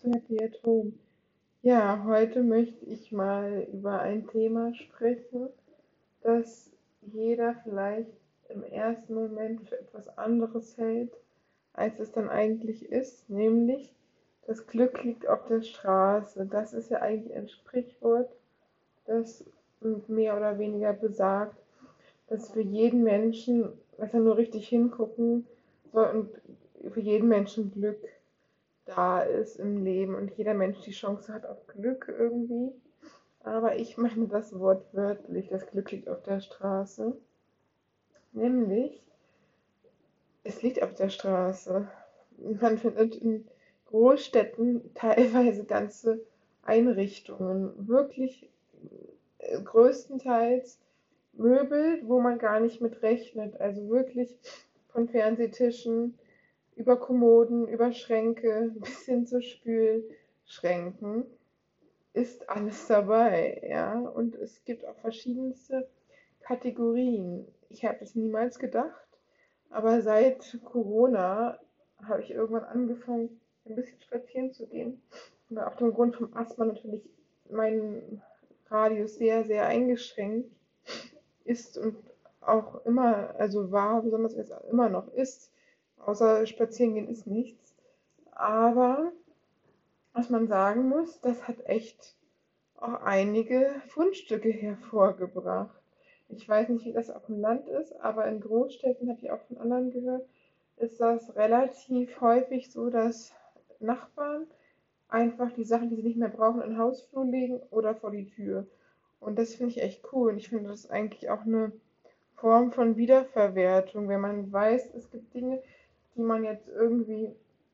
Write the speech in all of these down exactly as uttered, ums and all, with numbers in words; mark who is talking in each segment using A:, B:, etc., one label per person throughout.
A: zu Happy at Home. Ja, heute möchte ich mal über ein Thema sprechen, das jeder vielleicht im ersten Moment für etwas anderes hält, als es dann eigentlich ist, nämlich das Glück liegt auf der Straße. Das ist ja eigentlich ein Sprichwort, das mehr oder weniger besagt, dass für jeden Menschen, dass er nur richtig hingucken soll und für jeden Menschen Glück da ist im Leben und jeder Mensch die Chance hat auf Glück irgendwie. Aber ich meine das Wort wörtlich, das Glück liegt auf der Straße. Nämlich, es liegt auf der Straße. Man findet in Großstädten teilweise ganze Einrichtungen, wirklich äh, größtenteils Möbel, wo man gar nicht mit rechnet. Also wirklich von Fernsehtischen über Kommoden, über Schränke bis hin zu Spülschränken ist alles dabei, ja. Und es gibt auch verschiedenste Kategorien. Ich habe es niemals gedacht, aber seit Corona habe ich irgendwann angefangen, ein bisschen spazieren zu gehen. Und auf dem Grund vom Asthma natürlich mein Radius sehr, sehr eingeschränkt ist und auch immer, also war, besonders jetzt immer noch ist. Außer spazieren gehen ist nichts. Aber was man sagen muss, das hat echt auch einige Fundstücke hervorgebracht. Ich weiß nicht, wie das auf dem Land ist, aber in Großstädten, habe ich auch von anderen gehört, ist das relativ häufig so, dass Nachbarn einfach die Sachen, die sie nicht mehr brauchen, in den Hausflur legen oder vor die Tür. Und das finde ich echt cool. Und ich finde das eigentlich auch eine Form von Wiederverwertung, wenn man weiß, es gibt Dinge, die man jetzt irgendwie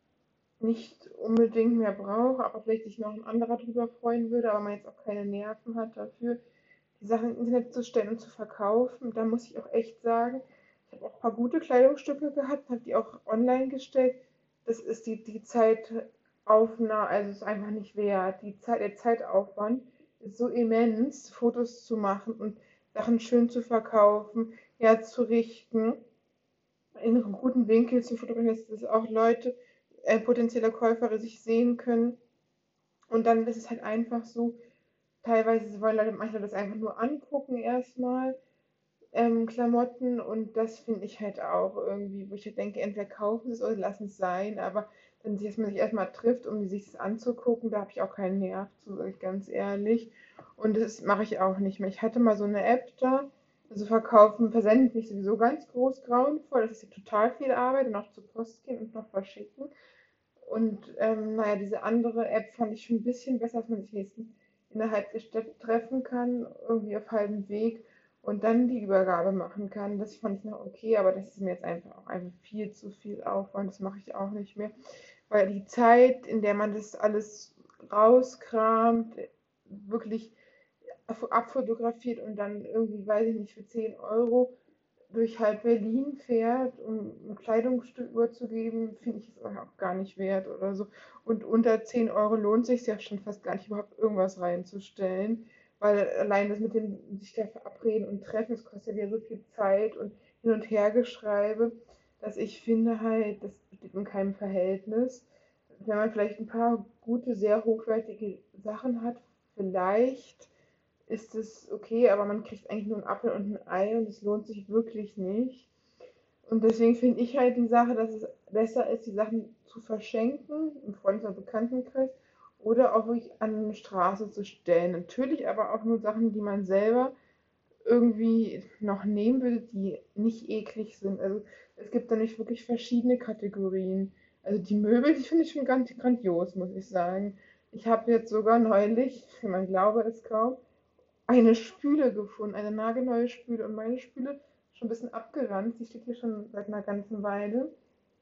A: nicht unbedingt mehr braucht, aber vielleicht sich noch ein anderer drüber freuen würde, aber man jetzt auch keine Nerven hat dafür, die Sachen ins Internet zu stellen und zu verkaufen. Da muss ich auch echt sagen, ich habe auch ein paar gute Kleidungsstücke gehabt, habe die auch online gestellt. Das ist die, die Zeitaufnahme, also ist einfach nicht wert. Die Zeit, der Zeitaufwand ist so immens, Fotos zu machen und Sachen schön zu verkaufen, herzurichten, in einem guten Winkel zu fotografieren, dass auch Leute, äh, potenzielle Käufer sich sehen können. Und dann ist es halt einfach so, teilweise wollen Leute, manche Leute das einfach nur angucken erstmal, ähm, Klamotten. Und das finde ich halt auch irgendwie, wo ich halt denke, entweder kaufen sie es oder lassen es sein. Aber dann, dass man sich erstmal trifft, um sich das anzugucken, da habe ich auch keinen Nerv zu, sage ich ganz ehrlich. Und das mache ich auch nicht mehr. Ich hatte mal so eine App da, also verkaufen, versenden mich sowieso ganz groß grauenvoll. Das ist ja total viel Arbeit und auch zur Post gehen und noch verschicken. Und ähm, naja, diese andere App fand ich schon ein bisschen besser, dass man sich wenigstens innerhalb der Stadt treffen kann, irgendwie auf halbem Weg und dann die Übergabe machen kann. Das fand ich noch okay, aber das ist mir jetzt einfach auch einfach viel zu viel Aufwand. Das mache ich auch nicht mehr, weil die Zeit, in der man das alles rauskramt, wirklich abfotografiert und dann irgendwie, weiß ich nicht, für zehn Euro durch halb Berlin fährt, um ein Kleidungsstück überzugeben, finde ich es auch gar nicht wert oder so. Und unter zehn Euro lohnt sich ja schon fast gar nicht, überhaupt irgendwas reinzustellen, weil allein das mit dem sich da verabreden und treffen, das kostet ja so viel Zeit und Hin- und Hergeschreibe, dass ich finde halt, das steht in keinem Verhältnis. Wenn man vielleicht ein paar gute, sehr hochwertige Sachen hat, vielleicht ist es okay, aber man kriegt eigentlich nur einen Apfel und ein Ei und es lohnt sich wirklich nicht. Und deswegen finde ich halt die Sache, dass es besser ist, die Sachen zu verschenken im Freundes- oder Bekanntenkreis oder auch wirklich an eine Straße zu stellen. Natürlich aber auch nur Sachen, die man selber irgendwie noch nehmen würde, die nicht eklig sind. Also es gibt da nicht wirklich verschiedene Kategorien. Also die Möbel, die finde ich schon ganz grandios, muss ich sagen. Ich habe jetzt sogar neulich, man glaube es kaum, eine Spüle gefunden, eine nagelneue Spüle. Und meine Spüle ist schon ein bisschen abgeranzt. Die steht hier schon seit einer ganzen Weile.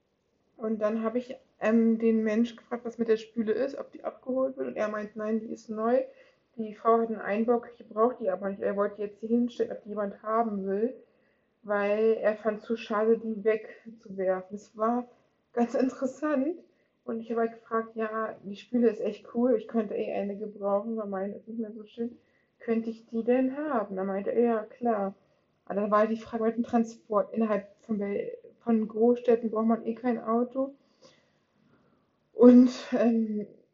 A: Und dann habe ich ähm, den Mensch gefragt, was mit der Spüle ist, ob die abgeholt wird. Und er meint, nein, die ist neu. Die Frau hat einen Einbau, ich brauche die aber nicht. Er wollte die jetzt hier hinstellen, ob die jemand haben will, weil er fand es zu schade, die wegzuwerfen. Das war ganz interessant. Und ich habe halt gefragt, ja, die Spüle ist echt cool, ich könnte eh eine gebrauchen, weil meine ist nicht mehr so schön. Könnte ich die denn haben? Da meinte er, ja, klar. Aber dann war halt die Frage mit dem Transport. Innerhalb von, von Großstädten braucht man eh kein Auto. Und ähm,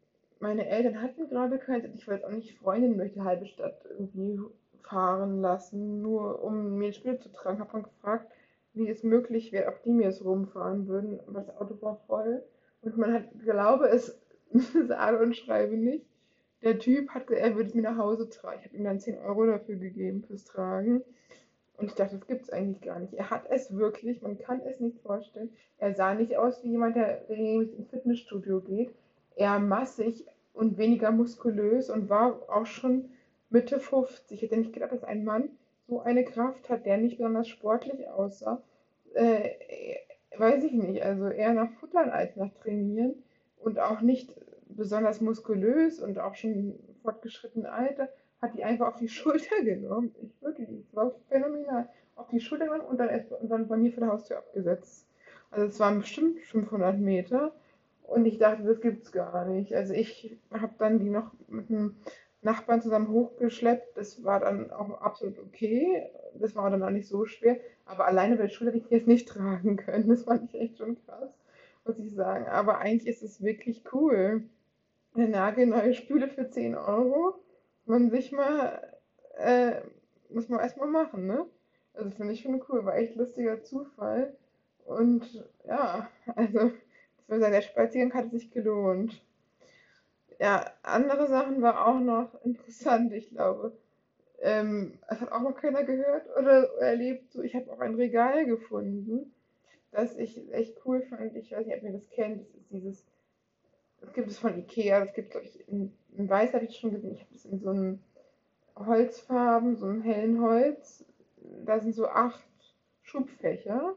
A: meine Eltern hatten gerade keins und ich wollte auch nicht Freundinnen durch die halbe Stadt irgendwie fahren lassen, nur um mir Spiel zu tragen. Habe dann gefragt, wie es möglich wäre, ob die mir es rumfahren würden. Aber das Auto war voll und man hat, glaube es, sage und schreibe nicht. Der Typ hat, er würde es mir nach Hause tragen. Ich habe ihm dann zehn Euro dafür gegeben fürs Tragen. Und ich dachte, das gibt es eigentlich gar nicht. Er hat es wirklich, man kann es nicht vorstellen. Er sah nicht aus wie jemand, der regelmäßig ins Fitnessstudio geht. Er massig und weniger muskulös und war auch schon Mitte fünfzig. Ich hätte nicht gedacht, dass ein Mann so eine Kraft hat, der nicht besonders sportlich aussah. Äh, weiß ich nicht, also eher nach Futtern als nach Trainieren und auch nicht besonders muskulös und auch schon im fortgeschrittenen Alter hat die einfach auf die Schulter genommen. Ich wirklich, es war phänomenal. Auf die Schulter genommen und dann, erst, und dann bei mir vor der Haustür abgesetzt. Also es waren bestimmt fünfhundert Meter und ich dachte, das gibt's gar nicht. Also ich habe dann die noch mit einem Nachbarn zusammen hochgeschleppt. Das war dann auch absolut okay. Das war dann auch nicht so schwer. Aber alleine bei der Schule hätte ich jetzt nicht tragen können. Das fand ich echt schon krass, muss ich sagen. Aber eigentlich ist es wirklich cool. Eine nagelneue Spüle für zehn Euro. Man sich mal, äh, muss man erstmal machen, ne? Also finde ich schon cool, war echt lustiger Zufall. Und ja, also, ich würde sagen, der Spaziergang hat sich gelohnt. Ja, andere Sachen war auch noch interessant, ich glaube. Ähm, es hat auch noch keiner gehört oder erlebt. So, ich habe auch ein Regal gefunden, das ich echt cool fand. Ich weiß nicht, ob ihr das kennt. Das ist dieses, das gibt es von Ikea. Das gibt es, glaube ich, in, in Weiß habe ich schon gesehen. Ich habe das in so einem Holzfarben, so einem hellen Holz. Da sind so acht Schubfächer.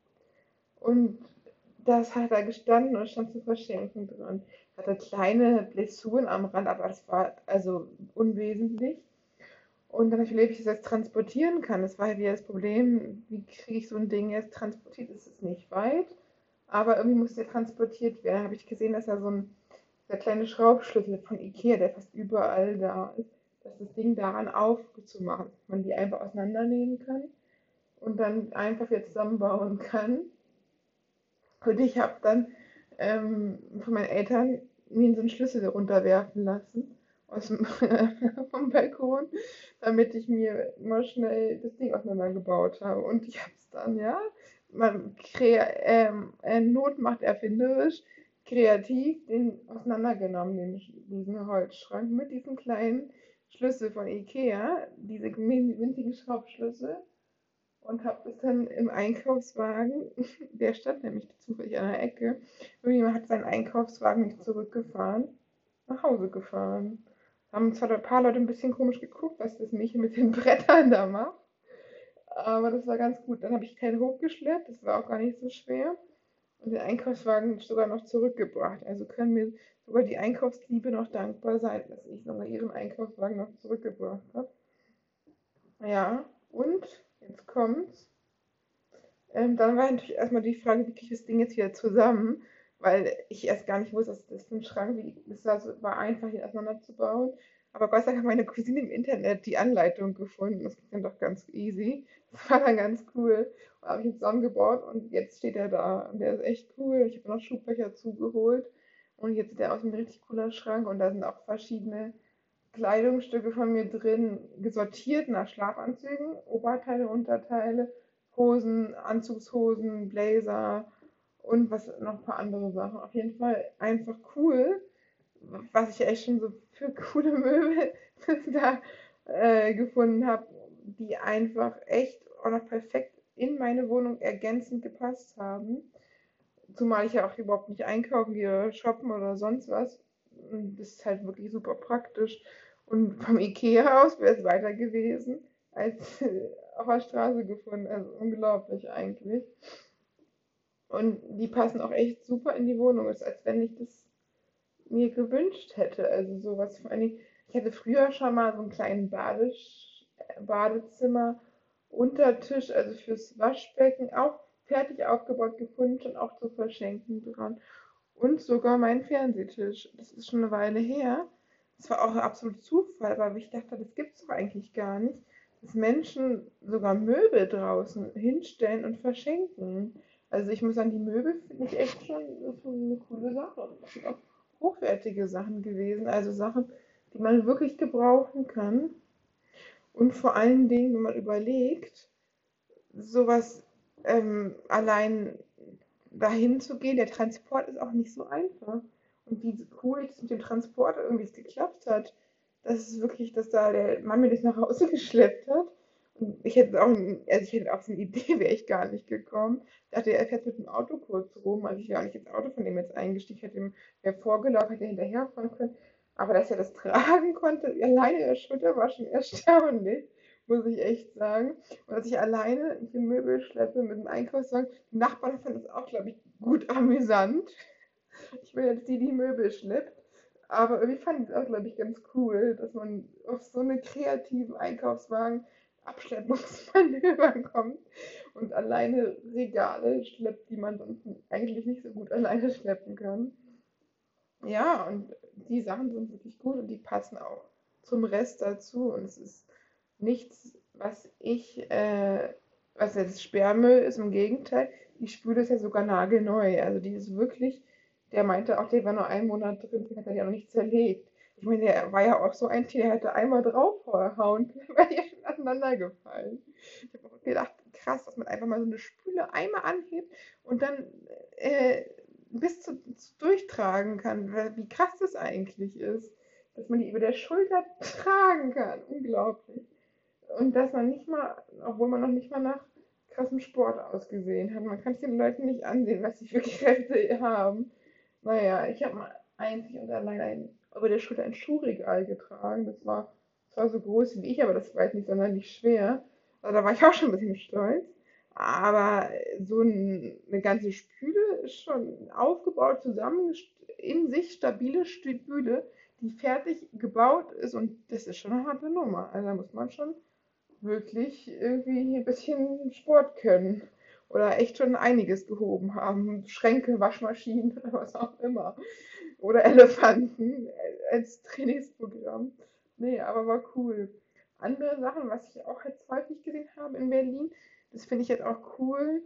A: Und das hat da gestanden und stand zur Verschenken dran. Hatte kleine Blessuren am Rand, aber das war also unwesentlich. Und dann habe ich überlegt, wie ich das jetzt transportieren kann. Das war ja wieder das Problem, wie kriege ich so ein Ding jetzt transportiert? Es ist nicht weit, aber irgendwie muss der transportiert werden. Dann habe ich gesehen, dass da so ein der kleine Schraubschlüssel von Ikea, der fast überall da ist, dass das Ding daran aufzumachen, dass man die einfach auseinandernehmen kann und dann einfach wieder zusammenbauen kann. Und ich habe dann ähm, von meinen Eltern mir so einen Schlüssel runterwerfen lassen aus dem, vom Balkon, damit ich mir mal schnell das Ding auseinandergebaut habe. Und ich habe es dann, ja, man krea ähm, äh, Not macht erfinderisch, kreativ den auseinandergenommen, den, diesen Holzschrank mit diesem kleinen Schlüssel von Ikea, diese winzigen Schraubschlüssel und habe es dann im Einkaufswagen, der stand nämlich zufällig an der Ecke, irgendjemand hat seinen Einkaufswagen nicht zurückgefahren, nach Hause gefahren. Haben zwar ein paar Leute ein bisschen komisch geguckt, was das Mädchen mit den Brettern da macht, aber das war ganz gut. Dann habe ich keinen hochgeschleppt, das war auch gar nicht so schwer und den Einkaufswagen sogar noch zurückgebracht. Also können mir sogar die Einkaufsliebe noch dankbar sein, dass ich sogar ihren Einkaufswagen noch zurückgebracht habe. Ja, und jetzt kommt's. Ähm, dann war natürlich erstmal die Frage, wie kriege ich das Ding jetzt wieder zusammen? Weil ich erst gar nicht wusste, dass das für ein Schrank wie, das war, so, war einfach, ihn auseinanderzubauen. Aber Gott sei Dank hat meine Cousine im Internet die Anleitung gefunden. Das ging dann doch ganz easy. Das war dann ganz cool. Und habe ich ihn zusammengebaut und jetzt steht er da. Und der ist echt cool. Ich habe noch Schubfächer zugeholt. Und jetzt sieht er aus wie ein richtig cooler Schrank. Und da sind auch verschiedene Kleidungsstücke von mir drin, gesortiert nach Schlafanzügen, Oberteile, Unterteile, Hosen, Anzugshosen, Blazer und was noch ein paar andere Sachen. Auf jeden Fall einfach cool, was ich echt schon so für coole Möbel da äh, gefunden habe, die einfach echt auch noch perfekt in meine Wohnung ergänzend gepasst haben. Zumal ich ja auch überhaupt nicht einkaufen gehe oder shoppen oder sonst was. Das ist halt wirklich super praktisch. Und vom Ikea aus wäre es weiter gewesen, als auf der Straße gefunden. Also unglaublich eigentlich. Und die passen auch echt super in die Wohnung. Es ist, als wenn ich das mir gewünscht hätte. Also sowas vor allen Dingen, ich hatte früher schon mal so einen kleinen Badesch Badezimmer Untertisch, also fürs Waschbecken, auch fertig aufgebaut gefunden, schon auch zu verschenken dran. Und sogar mein Fernsehtisch. Das ist schon eine Weile her. Das war auch ein absoluter Zufall, weil ich dachte, das gibt es doch eigentlich gar nicht, dass Menschen sogar Möbel draußen hinstellen und verschenken. Also ich muss sagen, die Möbel finde ich echt schon, das ist schon eine coole Sache. Das sind auch hochwertige Sachen gewesen, also Sachen, die man wirklich gebrauchen kann. Und vor allen Dingen, wenn man überlegt, sowas ähm, allein dahin zu gehen, der Transport ist auch nicht so einfach. Und wie cool das mit dem Transport irgendwie es geklappt hat, das ist wirklich, dass da der Mann mir das nach Hause geschleppt hat. Und ich hätte auch, also ich hätte auf so eine Idee wäre ich gar nicht gekommen. Ich dachte, er fährt mit dem Auto kurz rum. Also ich wäre auch nicht ins Auto von dem jetzt eingestiegen, hätte ihm wäre vorgelaufen, hätte hinterherfahren können. Aber dass er das tragen konnte, alleine der Schulter, war schon erstaunlich, muss ich echt sagen. Und dass ich alleine die Möbel schleppe mit dem Einkaufswagen. Die Nachbarn fanden das auch, glaube ich, gut amüsant. Ich bin jetzt die, die Möbel schleppt. Aber irgendwie fand ich es auch, glaube ich, ganz cool, dass man auf so einen kreativen Einkaufswagen Abschleppungsmanöver kommt und alleine Regale schleppt, die man sonst eigentlich nicht so gut alleine schleppen kann. Ja, und die Sachen sind wirklich gut und die passen auch zum Rest dazu. Und es ist nichts, was ich, äh, was jetzt Sperrmüll ist, im Gegenteil. Die Spüle ist ja sogar nagelneu. Also die ist wirklich, der meinte auch, der war nur einen Monat drin, den hat er ja noch nicht zerlegt. Ich meine, der war ja auch so ein Tier, der hätte einmal draufgehauen, der wäre ja schon auseinandergefallen. Ich habe auch gedacht, krass, dass man einfach mal so eine Spüle einmal anhebt und dann äh, bis zu, zu durchtragen kann, wie krass das eigentlich ist, dass man die über der Schulter tragen kann. Unglaublich. Und dass man nicht mal, obwohl man noch nicht mal nach krassem Sport ausgesehen hat, man kann es den Leuten nicht ansehen, was sie für Kräfte haben. Naja, ich habe mal einzig und allein ein, über der Schulter ein Schuhregal getragen. Das war zwar so groß wie ich, aber das war jetzt nicht sonderlich schwer. Also da war ich auch schon ein bisschen stolz. Aber so ein, eine ganze Spüle ist schon aufgebaut, zusammen, in sich stabile Spüle, die fertig gebaut ist und das ist schon eine harte Nummer. Also da muss man schon wirklich irgendwie ein bisschen Sport können oder echt schon einiges gehoben haben. Schränke, Waschmaschinen oder was auch immer. Oder Elefanten als Trainingsprogramm. Nee, aber war cool. Andere Sachen, was ich auch jetzt häufig gesehen habe in Berlin, das finde ich jetzt auch cool.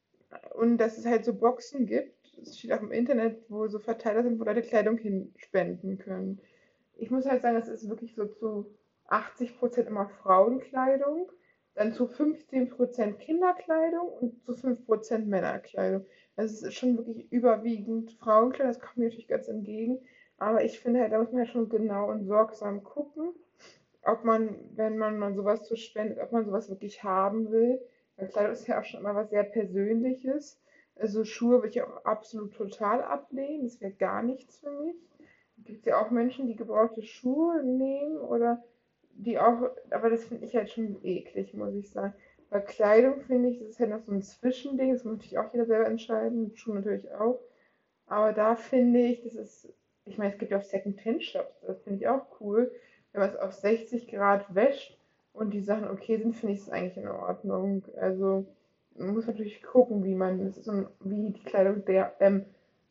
A: Und dass es halt so Boxen gibt. Es steht auch im Internet, wo so Verteiler sind, wo Leute Kleidung hinspenden können. Ich muss halt sagen, es ist wirklich so zu achtzig Prozent immer Frauenkleidung, dann zu fünfzehn Prozent Kinderkleidung und zu fünf Prozent Männerkleidung. Also es ist schon wirklich überwiegend Frauenkleidung, das kommt mir natürlich ganz entgegen. Aber ich finde halt, da muss man halt schon genau und sorgsam gucken, ob man, wenn man mal sowas zu spendet, ob man sowas wirklich haben will. Weil Kleidung ist ja auch schon immer was sehr Persönliches. Also Schuhe würde ich auch absolut total ablehnen. Das wäre gar nichts für mich. Gibt es ja auch Menschen, die gebrauchte Schuhe nehmen oder die auch, aber das finde ich halt schon eklig, muss ich sagen. Bei Kleidung finde ich, das ist halt noch so ein Zwischending, das muss natürlich auch jeder selber entscheiden, mit Schuhen natürlich auch. Aber da finde ich, das ist, ich meine, es gibt ja auch Second-Hand-Shops, das finde ich auch cool. Wenn man es auf sechzig Grad wäscht und die Sachen okay sind, finde ich es eigentlich in Ordnung. Also man muss natürlich gucken, wie man, das ist so ein, wie die Kleidung der, ähm,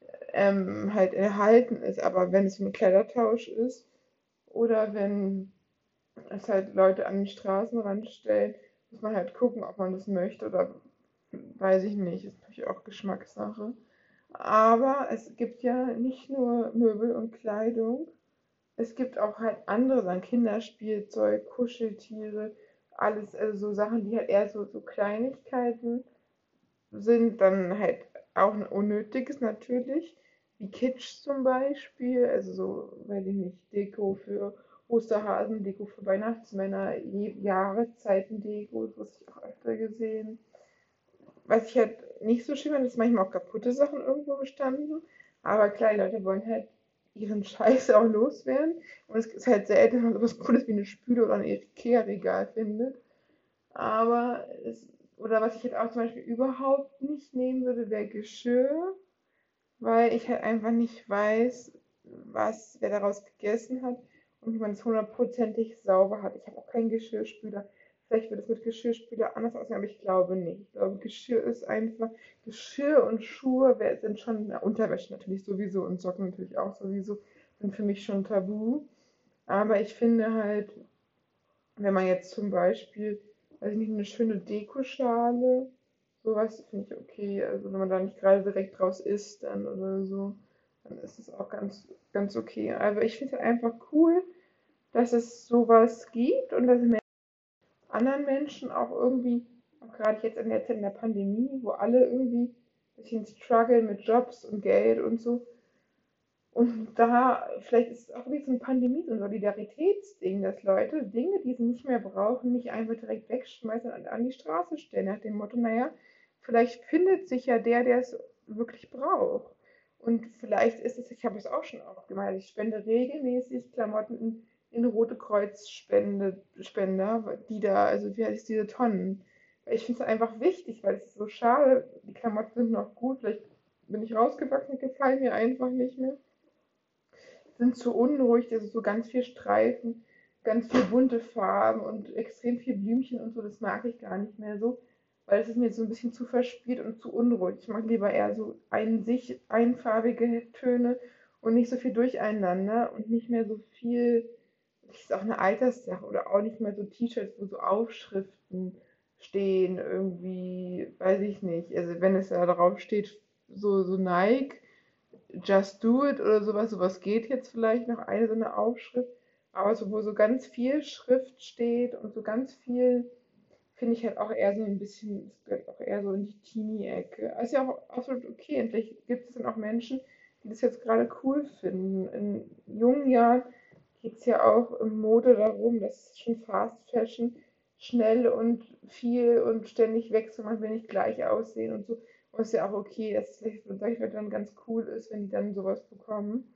A: ähm, halt erhalten ist. Aber wenn es so ein Kleidertausch ist oder wenn es halt Leute an den Straßenrand stellen, muss man halt gucken, ob man das möchte oder weiß ich nicht. Ist natürlich auch Geschmackssache. Aber es gibt ja nicht nur Möbel und Kleidung, es gibt auch halt andere Sachen, Kinderspielzeug, Kuscheltiere, alles, also so Sachen, die halt eher so, so Kleinigkeiten sind, dann halt auch ein unnötiges natürlich, wie Kitsch zum Beispiel, also so, weiß ich nicht, Deko für Osterhasen, Deko für Weihnachtsmänner, Jahreszeiten-Deko, das habe ich auch öfter gesehen. Was ich halt nicht so schön finde, ist manchmal auch kaputte Sachen irgendwo gestanden. Aber klar, die Leute wollen halt ihren Scheiß auch loswerden. Und es ist halt selten, dass man sowas Cooles wie eine Spüle oder ein Ikea-Regal findet. Aber es, oder was ich jetzt auch zum Beispiel überhaupt nicht nehmen würde, wäre Geschirr, weil ich halt einfach nicht weiß, was, wer daraus gegessen hat und wie man es hundertprozentig sauber hat. Ich habe auch keinen Geschirrspüler. Vielleicht wird es mit Geschirrspüler anders aussehen, aber ich glaube nicht. Ich glaube, Geschirr ist einfach, Geschirr und Schuhe sind schon, na, Unterwäsche natürlich sowieso und Socken natürlich auch sowieso, sind für mich schon tabu. Aber ich finde halt, wenn man jetzt zum Beispiel, weiß ich nicht, eine schöne Dekoschale, sowas finde ich okay. Also wenn man da nicht gerade direkt draus isst dann oder so, dann ist es auch ganz ganz okay. Also ich finde es einfach cool, dass es sowas gibt und dass anderen Menschen auch irgendwie, auch gerade jetzt in der Zeit in der Pandemie, wo alle irgendwie ein bisschen strugglen mit Jobs und Geld und so. Und da, vielleicht ist es auch wie so ein Pandemie, so ein Solidaritätsding, dass Leute Dinge, die sie nicht mehr brauchen, nicht einfach direkt wegschmeißen und an die Straße stellen, nach dem Motto, naja, vielleicht findet sich ja der, der es wirklich braucht. Und vielleicht ist es, ich habe es auch schon oft gemacht, ich spende regelmäßig Klamotten in, in Rote Kreuz Spende, Spender, die da, also wie heißt diese Tonnen. Weil ich finde es einfach wichtig, weil es ist so schade, die Klamotten sind noch gut, vielleicht bin ich rausgewachsen, gefallen mir einfach nicht mehr, sind zu unruhig, also so ganz viel Streifen, ganz viel bunte Farben und extrem viel Blümchen und so, das mag ich gar nicht mehr so, weil es ist mir so ein bisschen zu verspielt und zu unruhig. Ich mag lieber eher so ein sich einfarbige Töne und nicht so viel durcheinander und nicht mehr so viel, das ist auch eine Alterssache, oder auch nicht mehr so T-Shirts, wo so Aufschriften stehen, irgendwie, weiß ich nicht. Also wenn es ja darauf steht, so, so Nike, Just Do It oder sowas, sowas geht jetzt vielleicht noch, eine so eine Aufschrift, aber so, wo so ganz viel Schrift steht und so ganz viel, finde ich halt auch eher so ein bisschen, das gehört auch eher so in die Teenie-Ecke. Ist ja auch absolut okay, und vielleicht gibt es dann auch Menschen, die das jetzt gerade cool finden. In jungen Jahren geht es ja auch in Mode darum, dass schon Fast Fashion schnell und viel und ständig wechseln, man will nicht gleich aussehen und so. Und ist ja auch okay, dass es vielleicht für solche Leute dann ganz cool ist, wenn die dann sowas bekommen.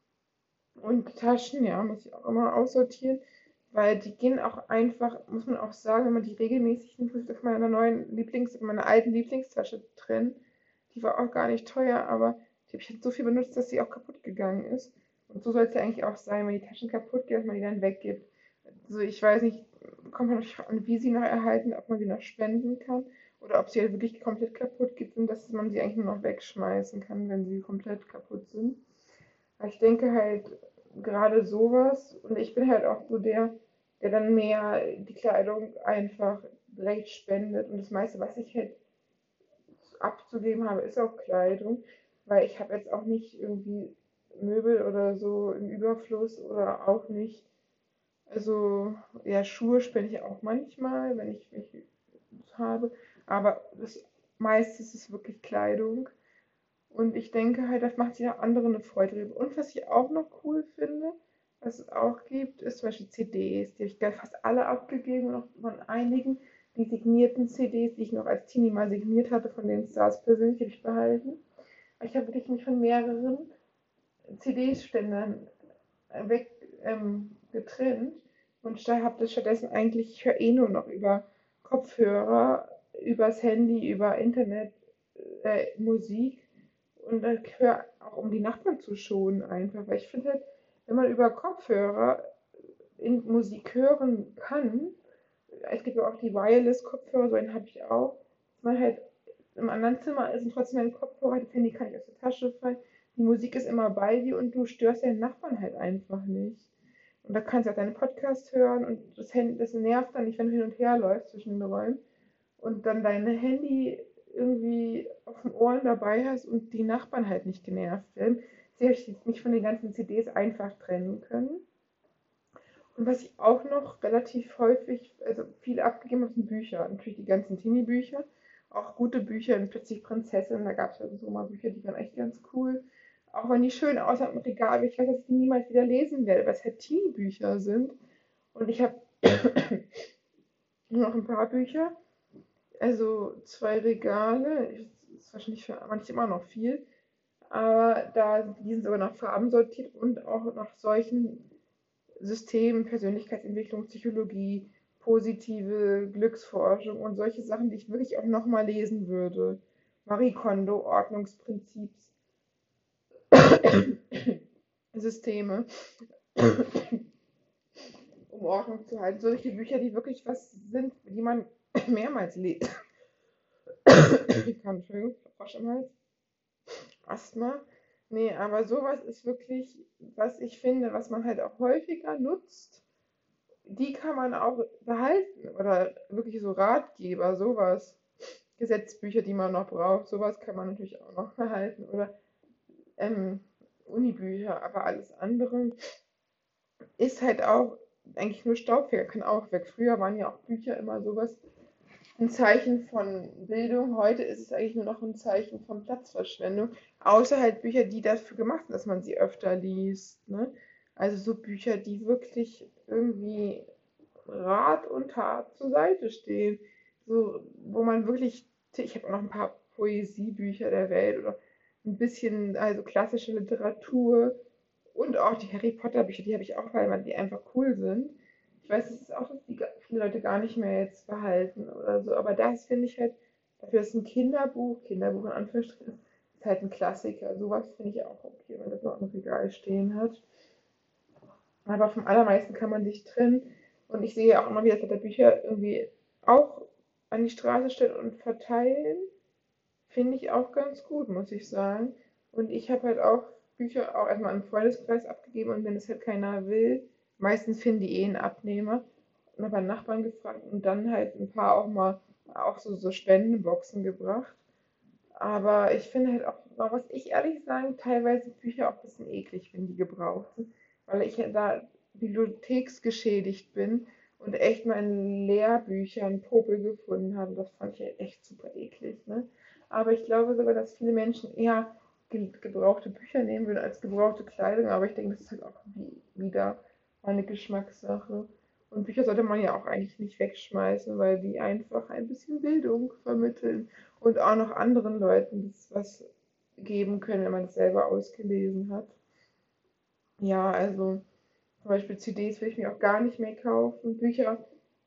A: Und Taschen, ja, muss ich auch immer aussortieren, weil die gehen auch einfach, muss man auch sagen, wenn man die regelmäßig nimmt, muss ich das von meiner neuen Lieblings, meiner alten Lieblingstasche trennen. Die war auch gar nicht teuer, aber die habe ich jetzt so viel benutzt, dass sie auch kaputt gegangen ist. Und so soll es ja eigentlich auch sein, wenn die Taschen kaputt gehen, dass man die dann weggibt. Also ich weiß nicht, kommt man natürlich an, wie sie noch erhalten, ob man sie noch spenden kann oder ob sie halt wirklich komplett kaputt geht und dass man sie eigentlich nur noch wegschmeißen kann, wenn sie komplett kaputt sind. Aber ich denke halt gerade sowas, und ich bin halt auch so der, der dann mehr die Kleidung einfach direkt spendet. Und das meiste, was ich halt abzugeben habe, ist auch Kleidung, weil ich habe jetzt auch nicht irgendwie Möbel oder so im Überfluss oder auch nicht, also ja, Schuhe spende ich auch manchmal, wenn ich welche habe, aber das meiste ist wirklich Kleidung. Und ich denke halt, das macht ja andere eine Freude drüber. Und was ich auch noch cool finde, was es auch gibt, ist zum Beispiel C Ds. Die habe ich gleich fast alle abgegeben und auch von einigen, die signierten C Ds, die ich noch als Teenie mal signiert hatte, von den Stars persönlich, habe ich behalten. Aber ich habe wirklich mich von mehreren C D-Ständern weg ähm, getrennt und habe stattdessen eigentlich, ich höre eh nur noch über Kopfhörer, übers Handy, über Internet äh, Musik und ich höre auch, um die Nachbarn zu schonen einfach, weil ich finde halt, wenn man über Kopfhörer in Musik hören kann, es gibt ja auch die Wireless-Kopfhörer, so einen habe ich auch, dass man halt im anderen Zimmer ist und trotzdem ein Kopfhörer, das Handy kann nicht aus der Tasche fallen, die Musik ist immer bei dir und du störst deinen Nachbarn halt einfach nicht. Und da kannst du auch deinen Podcast hören und das Handy, das nervt dann nicht, wenn du hin und her läufst zwischen den Räumen und dann dein Handy irgendwie auf den Ohren dabei hast und die Nachbarn halt nicht genervt werden. Sie habe mich von den ganzen C Ds einfach trennen können. Und was ich auch noch relativ häufig, also viel abgegeben habe, sind Bücher. Natürlich die ganzen Teenie-Bücher, auch gute Bücher, und plötzlich Prinzessin, da gab es ja so mal Bücher, die waren echt ganz cool. Auch wenn die schön aussehen im Regal, aber ich weiß, dass ich die niemals wieder lesen werde, weil es halt Teenie-Bücher sind. Und ich habe nur noch ein paar Bücher, also zwei Regale, ist wahrscheinlich für manche immer noch viel, aber da, die sind sogar nach Farben sortiert und auch nach solchen Systemen, Persönlichkeitsentwicklung, Psychologie, positive Glücksforschung und solche Sachen, die ich wirklich auch nochmal lesen würde. Marie Kondo, Ordnungsprinzips, Systeme, um Ordnung zu halten. Solche Bücher, die wirklich was sind, die man mehrmals lesen kann. Entschuldigung, Frosch im Hals. Asthma. Nee, aber sowas ist wirklich, was ich finde, was man halt auch häufiger nutzt. Die kann man auch behalten oder wirklich so Ratgeber, sowas. Gesetzbücher, die man noch braucht, sowas kann man natürlich auch noch behalten. Oder ähm, Unibücher, aber alles andere ist halt auch eigentlich nur Staubfänger, kann auch weg. Früher waren ja auch Bücher immer sowas, ein Zeichen von Bildung. Heute ist es eigentlich nur noch ein Zeichen von Platzverschwendung. Außer halt Bücher, die dafür gemacht sind, dass man sie öfter liest. Ne? Also so Bücher, die wirklich irgendwie Rat und Tat zur Seite stehen. So, wo man wirklich, ich habe auch noch ein paar Poesiebücher der Welt oder ein bisschen also klassische Literatur und auch die Harry Potter Bücher, die habe ich auch, weil man die einfach cool sind. Ich weiß, es ist auch, dass die viele Leute gar nicht mehr jetzt behalten oder so, aber das finde ich halt, dafür ist ein Kinderbuch, Kinderbuch in Anführungsstrichen, ist halt ein Klassiker. Sowas finde ich auch okay, wenn das noch im Regal stehen hat. Aber vom allermeisten kann man sich trennen. Und ich sehe auch immer wieder, dass er Bücher irgendwie auch an die Straße stellt und verteilen. Finde ich auch ganz gut, muss ich sagen. Und ich habe halt auch Bücher auch erstmal im Freundeskreis abgegeben und wenn es halt keiner will, meistens finden die eh einen Abnehmer. Und habe einen Nachbarn gefragt und dann halt ein paar auch mal auch so, so Spendenboxen gebracht. Aber ich finde halt auch, was ich ehrlich sagen, teilweise Bücher auch ein bisschen eklig finde, die gebraucht sind, weil ich ja da bibliotheksgeschädigt bin und echt mal in Lehrbüchern Popel gefunden habe. Das fand ich halt echt super eklig, ne? Aber ich glaube sogar, dass viele Menschen eher ge gebrauchte Bücher nehmen würden als gebrauchte Kleidung. Aber ich denke, das ist halt auch wie, wieder eine Geschmackssache. Und Bücher sollte man ja auch eigentlich nicht wegschmeißen, weil die einfach ein bisschen Bildung vermitteln und auch noch anderen Leuten das was geben können, wenn man es selber ausgelesen hat. Ja, also zum Beispiel C Ds will ich mir auch gar nicht mehr kaufen. Bücher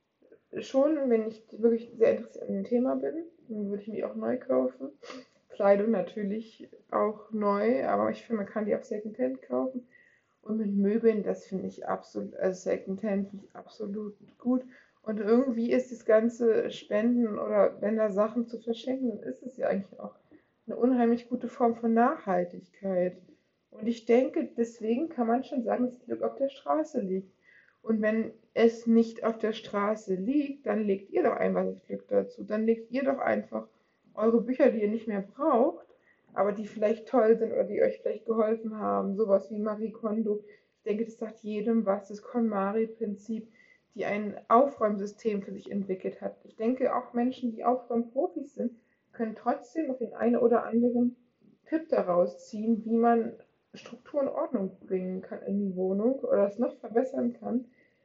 A: schon, wenn ich wirklich sehr interessiert an dem Thema bin, dann würde ich mir auch neu kaufen. Kleidung natürlich auch neu, aber ich finde, man kann die auch Secondhand kaufen. Und mit Möbeln, das finde ich absolut, also Secondhand finde ich absolut gut. Und irgendwie ist das ganze Spenden oder wenn da Sachen zu verschenken, dann ist es ja eigentlich auch eine unheimlich gute Form von Nachhaltigkeit. Und ich denke, deswegen kann man schon sagen, dass Glück auf der Straße liegt. Und wenn es nicht auf der Straße liegt, dann legt ihr doch einfach das Glück dazu. Dann legt ihr doch einfach eure Bücher, die ihr nicht mehr braucht, aber die vielleicht toll sind oder die euch vielleicht geholfen haben. Sowas wie Marie Kondo. Ich denke, das sagt jedem was. Das KonMari-Prinzip, die ein Aufräumsystem für sich entwickelt hat. Ich denke, auch Menschen, die Aufräumprofis sind, können trotzdem noch den einen oder anderen Tipp daraus ziehen, wie man Struktur und Ordnung bringen kann in die Wohnung oder es noch verbessern kann.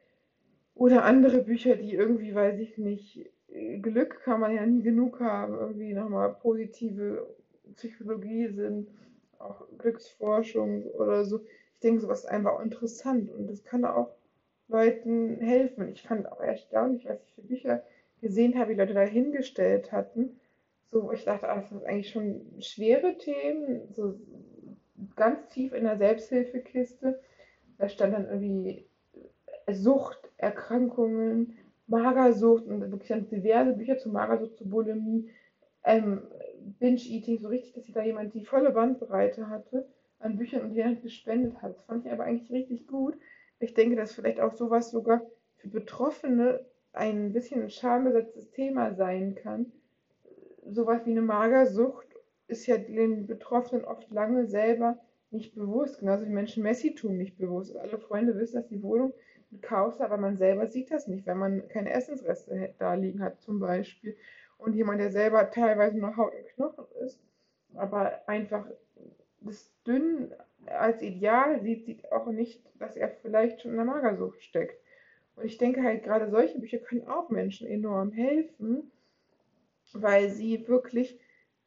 A: Oder andere Bücher, die irgendwie, weiß ich nicht, Glück kann man ja nie genug haben, irgendwie nochmal positive Psychologie sind, auch Glücksforschung oder so. Ich denke, sowas ist einfach auch interessant und das kann auch Leuten helfen. Ich fand auch erstaunlich, was ich für Bücher gesehen habe, wie Leute da hingestellt hatten. So, wo ich dachte, ah, das sind eigentlich schon schwere Themen, so ganz tief in der Selbsthilfekiste. Da stand dann irgendwie Sucht, Erkrankungen, Magersucht und wirklich dann diverse Bücher zu Magersucht, zu Bulimie, ähm, Binge-Eating, so richtig, dass sich da jemand die volle Bandbreite hatte an Büchern und die dann gespendet hat. Das fand ich aber eigentlich richtig gut. Ich denke, dass vielleicht auch sowas sogar für Betroffene ein bisschen ein schambesetztes Thema sein kann. Sowas wie eine Magersucht ist ja den Betroffenen oft lange selber nicht bewusst, genauso wie Menschen Messitum nicht bewusst. Alle Freunde wissen, dass die Wohnung mit Chaos ist, aber man selber sieht das nicht, wenn man keine Essensreste da liegen hat zum Beispiel. Und jemand, der selber teilweise nur Haut und Knochen ist, aber einfach das dünn als Ideal sieht, sieht auch nicht, dass er vielleicht schon in der Magersucht steckt. Und ich denke halt, gerade solche Bücher können auch Menschen enorm helfen, weil sie wirklich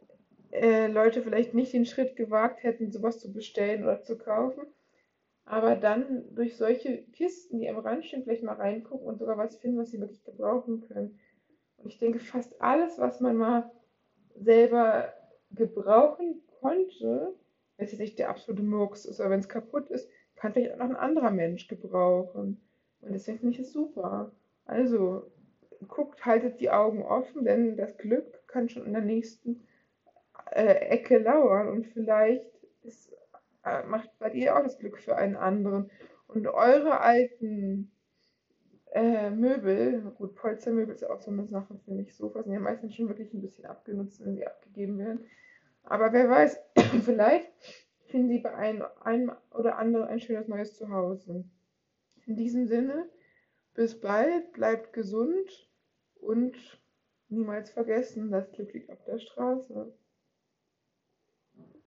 A: äh, Leute vielleicht nicht den Schritt gewagt hätten, sowas zu bestellen oder zu kaufen, aber dann durch solche Kisten, die am Rand stehen, vielleicht mal reingucken und sogar was finden, was sie wirklich gebrauchen können. Und ich denke, fast alles, was man mal selber gebrauchen konnte, wenn es jetzt nicht der absolute Murks ist, aber wenn es kaputt ist, kann vielleicht auch noch ein anderer Mensch gebrauchen. Und deswegen finde ich es super. Also, guckt, haltet die Augen offen, denn das Glück kann schon in der nächsten äh, Ecke lauern und vielleicht ist, äh, macht bei ihr auch das Glück für einen anderen. Und eure alten äh, Möbel, gut, Polstermöbel ist ja auch so eine Sache, finde ich. Sofas sind ja meistens schon wirklich ein bisschen abgenutzt, wenn sie abgegeben werden. Aber wer weiß, vielleicht finden Sie bei einem, einem oder anderen ein schönes neues Zuhause. In diesem Sinne, bis bald, bleibt gesund und niemals vergessen, das Glück liegt auf der Straße.